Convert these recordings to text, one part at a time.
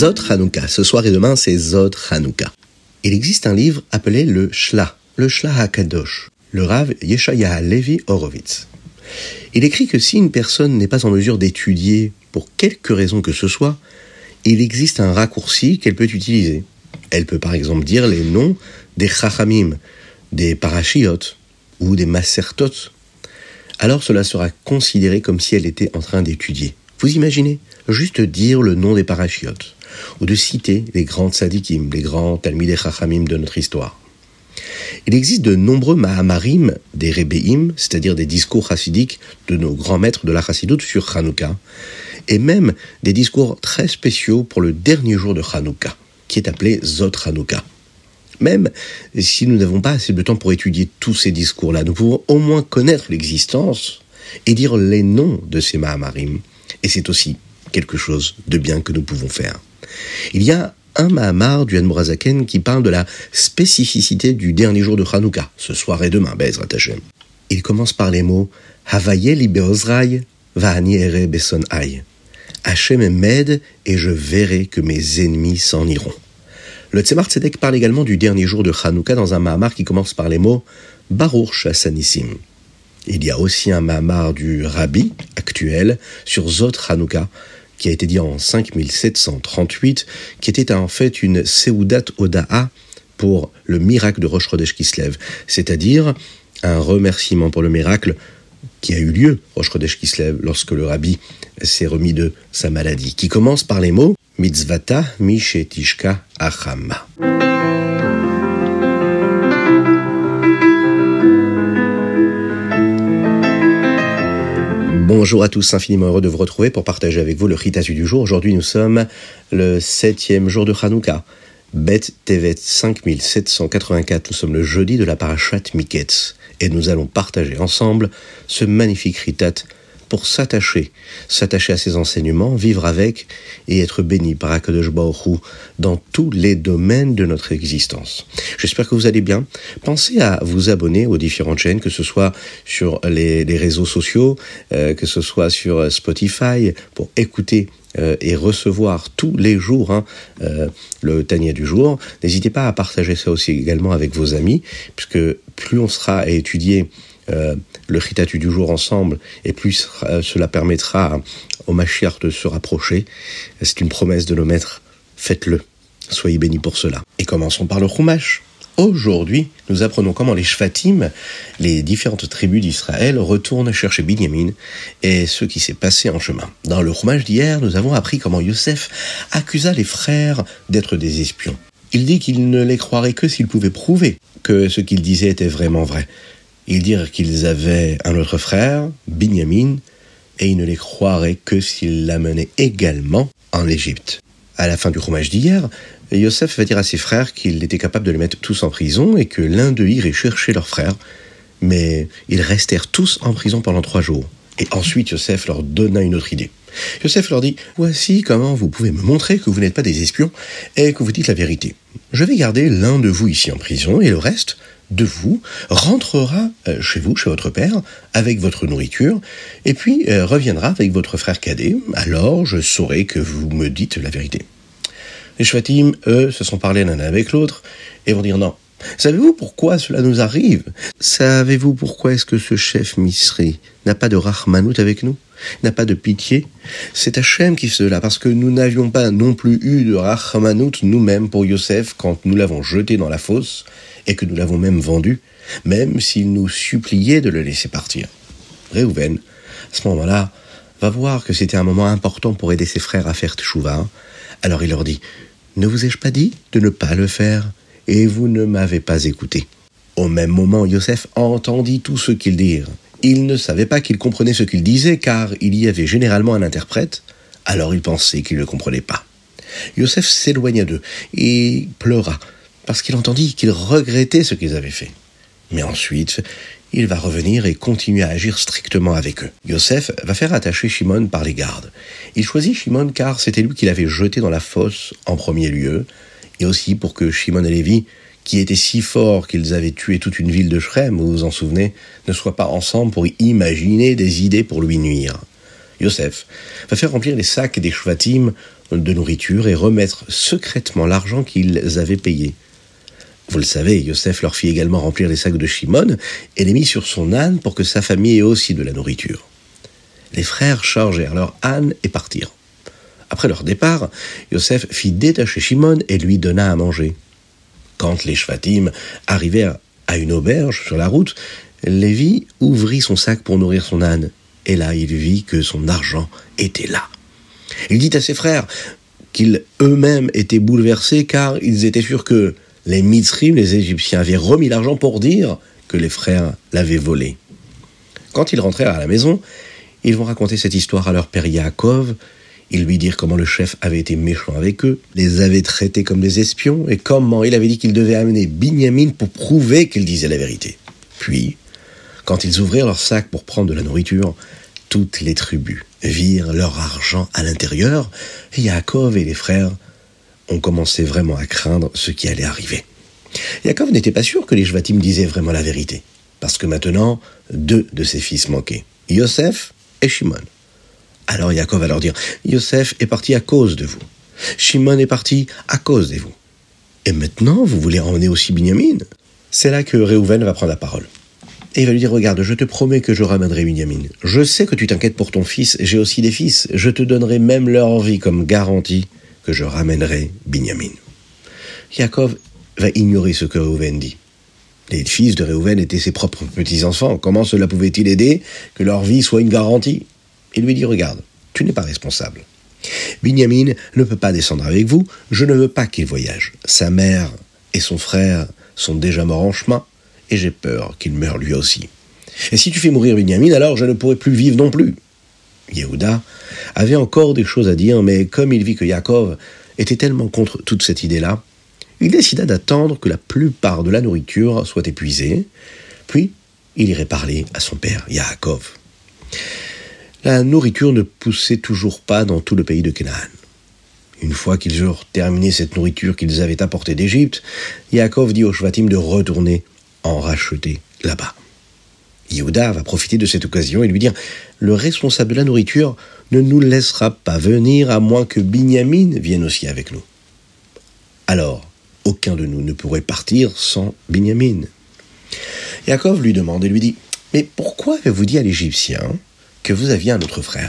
Zot Hanouka. Ce soir et demain, c'est Zot Hanouka. Il existe un livre appelé le Shla HaKadosh, le Rav Yeshaya Levi Horowitz. Il écrit que si une personne n'est pas en mesure d'étudier pour quelque raison que ce soit, il existe un raccourci qu'elle peut utiliser. Elle peut par exemple dire les noms des Chachamim, des Parashiot ou des Masertot. Alors cela sera considéré comme si elle était en train d'étudier. Vous imaginez ? Juste dire le nom des Parashiot, ou de citer les grands tzadikim, les grands talmidei chachamim de notre histoire. Il existe de nombreux mahamarim, des rebbeim, c'est-à-dire des discours chassidiques de nos grands maîtres de la chassidoute sur Hanouka, et même des discours très spéciaux pour le dernier jour de Hanouka, qui est appelé Zot Hanouka. Même si nous n'avons pas assez de temps pour étudier tous ces discours-là, nous pouvons au moins connaître l'existence et dire les noms de ces mahamarim. Et c'est aussi quelque chose de bien que nous pouvons faire. Il y a un mahamar du Admor HaZaken qui parle de la spécificité du dernier jour de Hanouka, ce soir et demain, Be'ezrat Hashem. Il commence par les mots « Havaye li be'ozrai, va'ani ere beson hay » « Hashem m'aide et je verrai que mes ennemis s'en iront ». Le Tzemar Tzedek parle également du dernier jour de Hanouka dans un mahamar qui commence par les mots « Baruch Shasanissim ». Il y a aussi un mahamar du Rabbi actuel sur Zot Hanouka, qui a été dit en 5738, qui était en fait une Seudat Oda'a pour le miracle de Rosh Chodesh Kislev, c'est-à-dire un remerciement pour le miracle qui a eu lieu Rosh Chodesh Kislev lorsque le Rabbi s'est remis de sa maladie, qui commence par les mots Mitzvata Mishetishka Achama. Bonjour à tous, infiniment heureux de vous retrouver pour partager avec vous le Chitasu du jour. Aujourd'hui, nous sommes le 7e jour de Hanouka, Bet Tevet 5784. Nous sommes le jeudi de la parashat Miketz et nous allons partager ensemble ce magnifique Chitat pour s'attacher à ses enseignements, vivre avec et être béni par HaKadosh Baruch Hu dans tous les domaines de notre existence. J'espère que vous allez bien. Pensez à vous abonner aux différentes chaînes, que ce soit sur les réseaux sociaux, que ce soit sur Spotify, pour écouter et recevoir tous les jours le Tania du jour. N'hésitez pas à partager ça aussi également avec vos amis, puisque plus on sera à étudier le Chitatu du jour ensemble, et plus cela permettra au Mashiach de se rapprocher. C'est une promesse de nos maîtres, faites-le, soyez bénis pour cela. Et commençons par le Chumash. Aujourd'hui, nous apprenons comment les Shvatim, les différentes tribus d'Israël, retournent chercher Binyamin et ce qui s'est passé en chemin. Dans le Chumash d'hier, nous avons appris comment Yosef accusa les frères d'être des espions. Il dit qu'il ne les croirait que s'ils pouvaient prouver que ce qu'ils disaient était vraiment vrai. Ils dirent qu'ils avaient un autre frère, Binyamin, et ils ne les croiraient que s'ils l'amenaient également en Égypte. À la fin du Chumash d'hier, Yosef va dire à ses frères qu'il était capable de les mettre tous en prison et que l'un d'eux irait chercher leur frère, mais ils restèrent tous en prison pendant 3 jours. Et ensuite, Yosef leur donna une autre idée. Yosef leur dit « Voici comment vous pouvez me montrer que vous n'êtes pas des espions et que vous dites la vérité. Je vais garder l'un de vous ici en prison et le reste de vous rentrera chez vous, chez votre père, avec votre nourriture, et puis reviendra avec votre frère cadet. Alors je saurai que vous me dites la vérité. » Les Shvatim, eux, se sont parlé l'un avec l'autre et vont dire « Non, savez-vous pourquoi cela nous arrive ? Savez-vous pourquoi est-ce que ce chef Misri n'a pas de rachmanout avec nous ? N'a pas de pitié ? C'est Hachem qui fait cela, parce que nous n'avions pas non plus eu de rachmanout nous-mêmes pour Yosef quand nous l'avons jeté dans la fosse et que nous l'avons même vendu, même s'il nous suppliait de le laisser partir. » Réhouven, à ce moment-là, va voir que c'était un moment important pour aider ses frères à faire tchouva. Alors il leur dit « Ne vous ai-je pas dit de ne pas le faire ? Et vous ne m'avez pas écouté. » Au même moment, Yosef entendit tout ce qu'ils dirent. Il ne savait pas qu'ils comprenaient ce qu'ils disaient, car il y avait généralement un interprète, alors il pensait qu'ils ne comprenaient pas. Yosef s'éloigna d'eux et pleura, parce qu'il entendit qu'ils regrettaient ce qu'ils avaient fait. Mais ensuite, il va revenir et continuer à agir strictement avec eux. Yosef va faire attacher Shimon par les gardes. Il choisit Shimon car c'était lui qui l'avait jeté dans la fosse en premier lieu, et aussi pour que Shimon et Lévi, qui étaient si forts qu'ils avaient tué toute une ville de Shrem, vous vous en souvenez, ne soient pas ensemble pour imaginer des idées pour lui nuire. Yosef va faire remplir les sacs des Shvatim de nourriture et remettre secrètement l'argent qu'ils avaient payé. Vous le savez, Yosef leur fit également remplir les sacs de Shimon et les mit sur son âne pour que sa famille ait aussi de la nourriture. Les frères chargèrent leur âne et partirent. Après leur départ, Yosef fit détacher Shimon et lui donna à manger. Quand les Shvatim arrivèrent à une auberge sur la route, Lévi ouvrit son sac pour nourrir son âne. Et là, il vit que son argent était là. Il dit à ses frères qu'ils eux-mêmes étaient bouleversés car ils étaient sûrs que les Mitzrim, les Égyptiens, avaient remis l'argent pour dire que les frères l'avaient volé. Quand ils rentrèrent à la maison, ils vont raconter cette histoire à leur père Yaakov. Ils lui dirent comment le chef avait été méchant avec eux, les avait traités comme des espions et comment il avait dit qu'il devait amener Binyamin pour prouver qu'il disait la vérité. Puis, quand ils ouvrirent leur sac pour prendre de la nourriture, toutes les tribus virent leur argent à l'intérieur et Yaakov et les frères ont commencé vraiment à craindre ce qui allait arriver. Yaakov n'était pas sûr que les Shvatim disaient vraiment la vérité, parce que maintenant, 2 de ses fils manquaient, Yosef et Shimon. Alors Yaakov va leur dire, Yosef est parti à cause de vous, Shimon est parti à cause de vous. Et maintenant, vous voulez emmener aussi Binyamin? C'est là que Réhouven va prendre la parole. Et il va lui dire, regarde, je te promets que je ramènerai Binyamin. Je sais que tu t'inquiètes pour ton fils, j'ai aussi des fils. Je te donnerai même leur vie comme garantie que je ramènerai Binyamin. Yaakov va ignorer ce que Réhouven dit. Les fils de Réhouven étaient ses propres petits-enfants. Comment cela pouvait-il aider que leur vie soit une garantie? Il lui dit, regarde, tu n'es pas responsable. Binyamin ne peut pas descendre avec vous, je ne veux pas qu'il voyage. Sa mère et son frère sont déjà morts en chemin, et j'ai peur qu'il meure lui aussi. Et si tu fais mourir Binyamin, alors je ne pourrai plus vivre non plus. Yehuda avait encore des choses à dire, mais comme il vit que Yaakov était tellement contre toute cette idée-là, il décida d'attendre que la plupart de la nourriture soit épuisée, puis il irait parler à son père, Yaakov. La nourriture ne poussait toujours pas dans tout le pays de Canaan. Une fois qu'ils eurent terminé cette nourriture qu'ils avaient apportée d'Égypte, Yaakov dit aux Shvatim de retourner en racheter là-bas. Yehuda va profiter de cette occasion et lui dire « Le responsable de la nourriture ne nous laissera pas venir à moins que Binyamin vienne aussi avec nous. » Alors, aucun de nous ne pourrait partir sans Binyamin. Yaakov lui demande et lui dit « Mais pourquoi avez-vous dit à l'Égyptien que vous aviez un autre frère ?»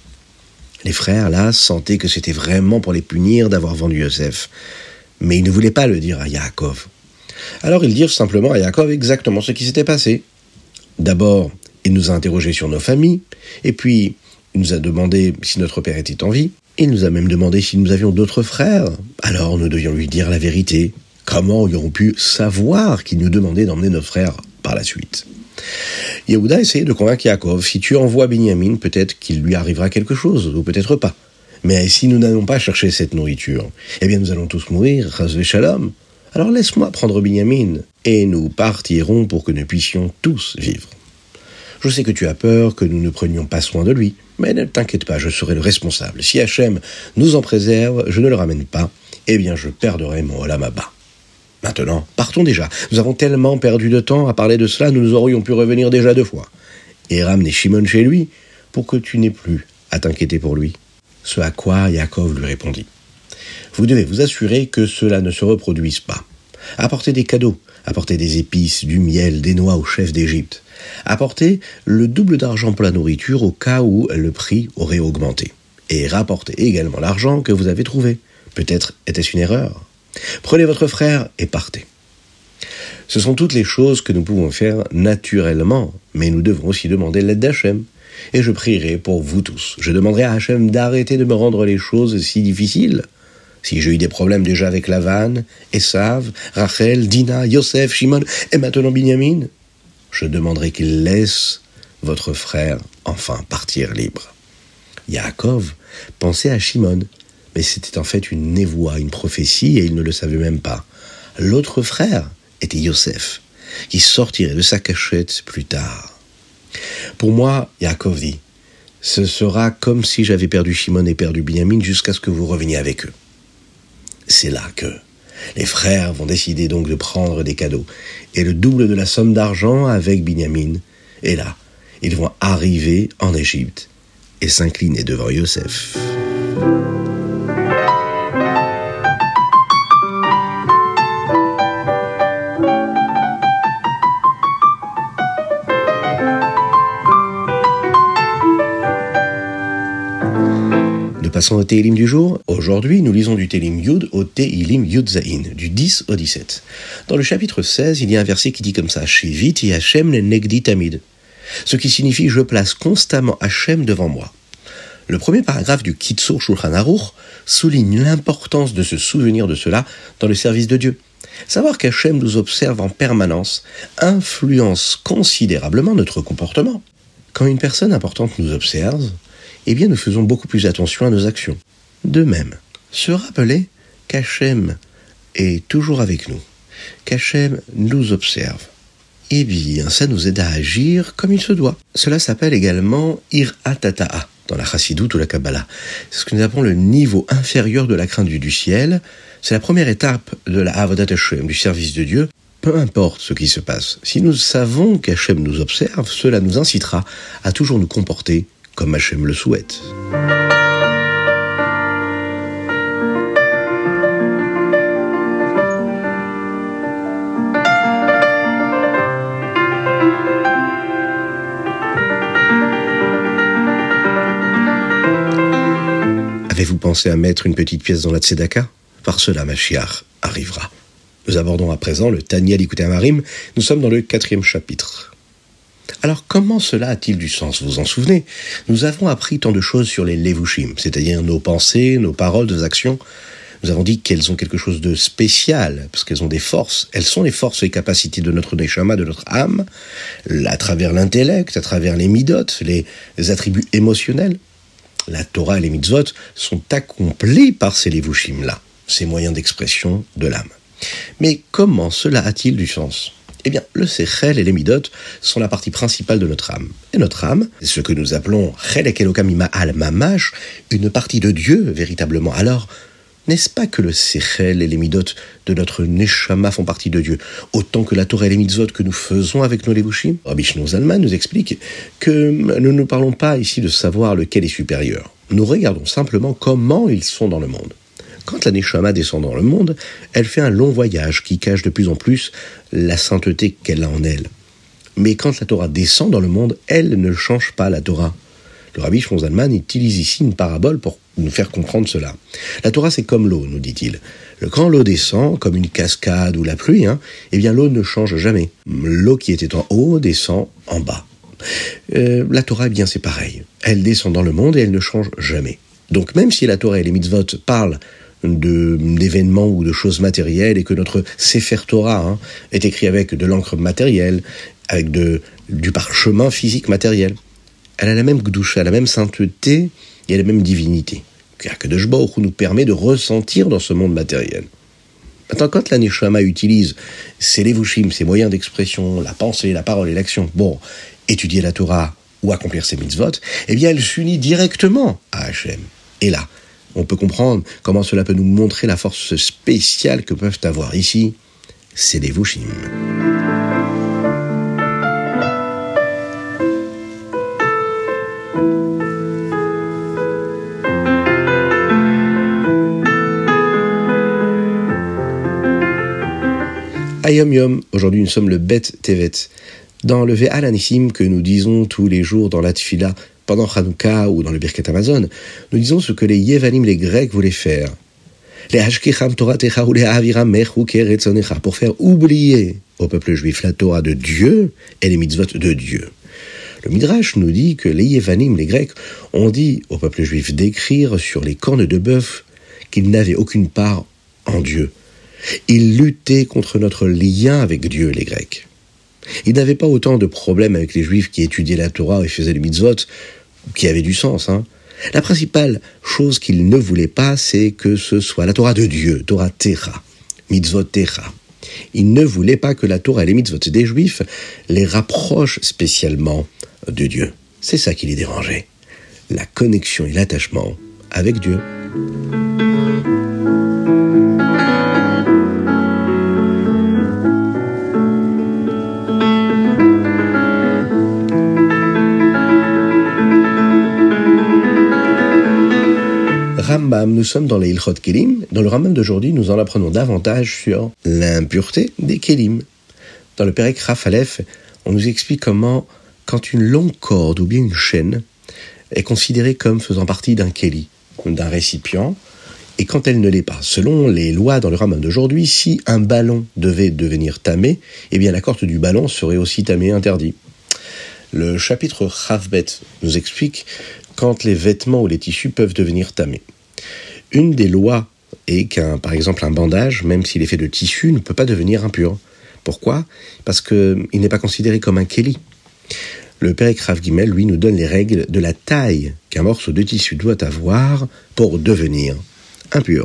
Les frères, là, sentaient que c'était vraiment pour les punir d'avoir vendu Yosef. Mais ils ne voulaient pas le dire à Yaakov. Alors ils dirent simplement à Yaakov exactement ce qui s'était passé. D'abord, il nous a interrogés sur nos familles, et puis il nous a demandé si notre père était en vie. Il nous a même demandé si nous avions d'autres frères. Alors nous devions lui dire la vérité. Comment aurions pu savoir qu'il nous demandait d'emmener notre frère par la suite? Yehuda essayait de convaincre Yaakov, si tu envoies Binyamin, peut-être qu'il lui arrivera quelque chose, ou peut-être pas. Mais si nous n'allons pas chercher cette nourriture, eh bien nous allons tous mourir, chas v'shalom. Alors laisse-moi prendre Binyamin, et nous partirons pour que nous puissions tous vivre. Je sais que tu as peur que nous ne prenions pas soin de lui, mais ne t'inquiète pas, je serai le responsable. Si Hachem nous en préserve, je ne le ramène pas, eh bien je perdrai mon olam haba. Maintenant, partons déjà. Nous avons tellement perdu de temps à parler de cela, nous aurions pu revenir déjà 2 fois. Et ramener Shimon chez lui, pour que tu n'aies plus à t'inquiéter pour lui. Ce à quoi Yaakov lui répondit. Vous devez vous assurer que cela ne se reproduise pas. Apportez des cadeaux, apportez des épices, du miel, des noix au chef d'Égypte. Apportez le double d'argent pour la nourriture au cas où le prix aurait augmenté. Et rapportez également l'argent que vous avez trouvé. Peut-être était-ce une erreur. Prenez votre frère et partez. Ce sont toutes les choses que nous pouvons faire naturellement, mais nous devons aussi demander l'aide d'Hachem. Et je prierai pour vous tous. Je demanderai à Hachem d'arrêter de me rendre les choses si difficiles. Si j'ai eu des problèmes déjà avec Lavan, Esav, Rachel, Dina, Yosef, Shimon et maintenant Binyamin, je demanderai qu'il laisse votre frère enfin partir libre. Yaakov pensait à Shimon, mais c'était en fait une névoie, une prophétie, et il ne le savait même pas. L'autre frère était Yosef, qui sortirait de sa cachette plus tard. Pour moi, Yaakov dit, ce sera comme si j'avais perdu Shimon et perdu Binyamin jusqu'à ce que vous reveniez avec eux. C'est là que les frères vont décider donc de prendre des cadeaux et le double de la somme d'argent avec Binyamin. Et là, ils vont arriver en Égypte et s'incliner devant Yosef. Passons au Télim du jour. Aujourd'hui, nous lisons du Télim Yud au Télim Yud Zayin, du 10 au 17. Dans le chapitre 16, il y a un verset qui dit comme ça, Shiviti Hashem le Negdi Tamid, ce qui signifie « Je place constamment Hashem devant moi ». Le premier paragraphe du Kitzur Shulchan Aruch souligne l'importance de se souvenir de cela dans le service de Dieu. Savoir qu'Hachem nous observe en permanence influence considérablement notre comportement. Quand une personne importante nous observe, eh bien nous faisons beaucoup plus attention à nos actions. De même, se rappeler qu'Hachem est toujours avec nous, qu'Hachem nous observe, eh bien ça nous aide à agir comme il se doit. Cela s'appelle également Iratata'a dans la Chassidoute ou la Kabbalah. C'est ce que nous appelons le niveau inférieur de la crainte du ciel. C'est la première étape de la Avodat Hashem, du service de Dieu. Peu importe ce qui se passe, si nous savons qu'Hachem nous observe, cela nous incitera à toujours nous comporter comme Hachem le souhaite. Avez-vous pensé à mettre une petite pièce dans la Tzedaka ? Par cela, Mashiach arrivera. Nous abordons à présent le Tanya Likutei Amarim. Nous sommes dans le 4e chapitre. Alors, comment cela a-t-il du sens ? Vous vous en souvenez ? Nous avons appris tant de choses sur les Levushim, c'est-à-dire nos pensées, nos paroles, nos actions. Nous avons dit qu'elles ont quelque chose de spécial, parce qu'elles ont des forces. Elles sont les forces et capacités de notre Neshama, de notre âme, à travers l'intellect, à travers les midot, les attributs émotionnels. La Torah et les mitzvot sont accomplis par ces levushim-là, ces moyens d'expression de l'âme. Mais comment cela a-t-il du sens ? Eh bien, le sechel et les midot sont la partie principale de notre âme. Et notre âme, c'est ce que nous appelons chelek elokam ima'al mamash, une partie de Dieu, véritablement. Alors, n'est-ce pas que le sechel et les midot de notre neshama font partie de Dieu, autant que la Torah et les mitzvot que nous faisons avec nos levushim ? Rabbi Shlomo Zalman nous explique que nous ne parlons pas ici de savoir lequel est supérieur. Nous regardons simplement comment ils sont dans le monde. Quand la neshama descend dans le monde, elle fait un long voyage qui cache de plus en plus la sainteté qu'elle a en elle. Mais quand la Torah descend dans le monde, elle ne change pas la Torah. Le Rabbi Shlomo Zalman utilise ici une parabole pour nous faire comprendre cela. La Torah, c'est comme l'eau, nous dit-il. Quand l'eau descend, comme une cascade ou la pluie, eh bien l'eau ne change jamais. L'eau qui était en haut descend en bas. La Torah, eh bien, c'est pareil. Elle descend dans le monde et elle ne change jamais. Donc même si la Torah et les mitzvot parlent d'événements ou de choses matérielles et que notre Sefer Torah est écrit avec de l'encre matérielle, avec du parchemin physique matériel, elle a la même gdusha, la même sainteté et la même divinité. Qu'Akadosh Baruch Hu nous permet de ressentir dans ce monde matériel. Maintenant, quand la neshama utilise ses levushim, ses moyens d'expression, la pensée, la parole et l'action, étudier la Torah ou accomplir ses mitzvot, eh bien, elle s'unit directement à Hachem. Et là, on peut comprendre comment cela peut nous montrer la force spéciale que peuvent avoir ici ces levushim. Ayom Yom, aujourd'hui nous sommes le Bet Tevet. Dans le Ve'al Anissim que nous disons tous les jours dans la Tfila, pendant Hanouka ou dans le Birkat Hamazon, nous disons ce que les Yevanim, les Grecs, voulaient faire. Les Hashkicham Toratecha ou les Aviram Mechu Keretzonecha, pour faire oublier au peuple juif la Torah de Dieu et les mitzvot de Dieu. Le Midrash nous dit que les Yevanim, les Grecs, ont dit au peuple juif d'écrire sur les cornes de bœuf qu'ils n'avaient aucune part en Dieu. Ils luttaient contre notre lien avec Dieu, les Grecs. Ils n'avaient pas autant de problèmes avec les Juifs qui étudiaient la Torah et faisaient les mitzvot, qui avaient du sens. La principale chose qu'ils ne voulaient pas, c'est que ce soit la Torah de Dieu, Torah Techa, mitzvot Techa. Ils ne voulaient pas que la Torah et les mitzvot des Juifs les rapprochent spécialement de Dieu. C'est ça qui les dérangeait, la connexion et l'attachement avec Dieu. Rambam, nous sommes dans les Ilchot Kelim. Dans le Rambam d'aujourd'hui, nous en apprenons davantage sur l'impureté des Kelim. Dans le Perek Raf Aleph, on nous explique comment, quand une longue corde ou bien une chaîne est considérée comme faisant partie d'un Keli, d'un récipient, et quand elle ne l'est pas. Selon les lois dans le Rambam d'aujourd'hui, si un ballon devait devenir tamé, eh bien la corde du ballon serait aussi tamée, interdit. Le chapitre Chavbet nous explique quand les vêtements ou les tissus peuvent devenir tamés. Une des lois est par exemple un bandage, même s'il est fait de tissu, ne peut pas devenir impur. Pourquoi ? Parce qu'il n'est pas considéré comme un kéli. Le Perek Rav Gimel, lui, nous donne les règles de la taille qu'un morceau de tissu doit avoir pour devenir impur.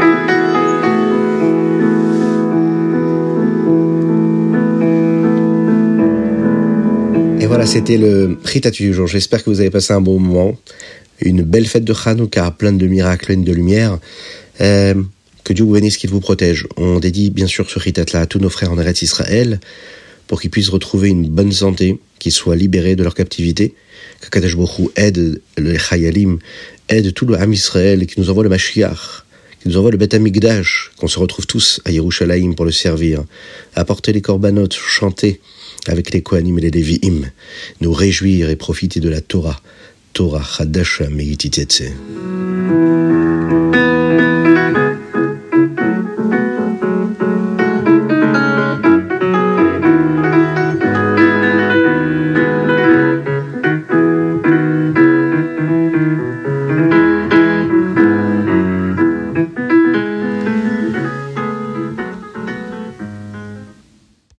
Et voilà, c'était le Ritatu du jour. J'espère que vous avez passé un bon moment. Une belle fête de Hanouka, pleine de miracles, pleine de lumière. Que Dieu vous bénisse, qu'il vous protège. On dédie bien sûr ce Ritat-là à tous nos frères en Eretz Israël pour qu'ils puissent retrouver une bonne santé, qu'ils soient libérés de leur captivité. Que Kadosh Baruch Hu aide les Chayalim, aide tout le Ham Israël, et qu'il nous envoie le Mashiach, qu'il nous envoie le Beth Amikdash, qu'on se retrouve tous à Yerushalayim pour le servir, apporter les korbanot, chanter avec les Kohanim et les Lévi'im, nous réjouir et profiter de la Torah, Torah Chadasha Meititetse.